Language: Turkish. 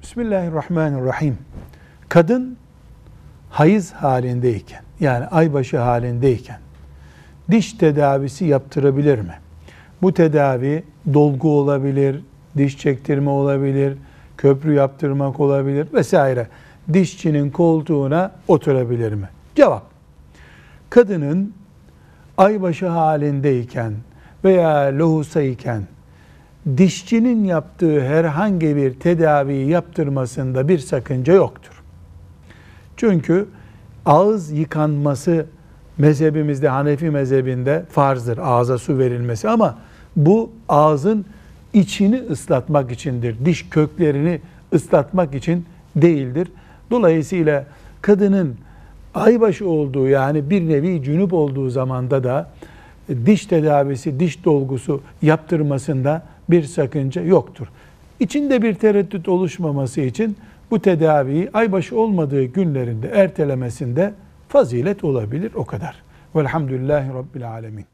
Bismillahirrahmanirrahim. Kadın hayız halindeyken, yani aybaşı halindeyken diş tedavisi yaptırabilir mi? Bu tedavi dolgu olabilir, diş çektirme olabilir, köprü yaptırmak olabilir vesaire. Dişçinin koltuğuna oturabilir mi? Cevap: kadının aybaşı halindeyken veya lohusayken dişçinin yaptığı herhangi bir tedaviyi yaptırmasında bir sakınca yoktur. Çünkü ağız yıkanması mezhebimizde, Hanefi mezhebinde farzdır, ağza su verilmesi, ama bu ağzın içini ıslatmak içindir. Diş köklerini ıslatmak için değildir. Dolayısıyla kadının aybaşı olduğu, yani bir nevi cünüp olduğu zamanda da diş tedavisi, diş dolgusu yaptırmasında bir sakınca yoktur. İçinde bir tereddüt oluşmaması için bu tedaviyi aybaşı olmadığı günlerinde ertelemesinde fazilet olabilir, o kadar. Velhamdülillahi Rabbil Alemin.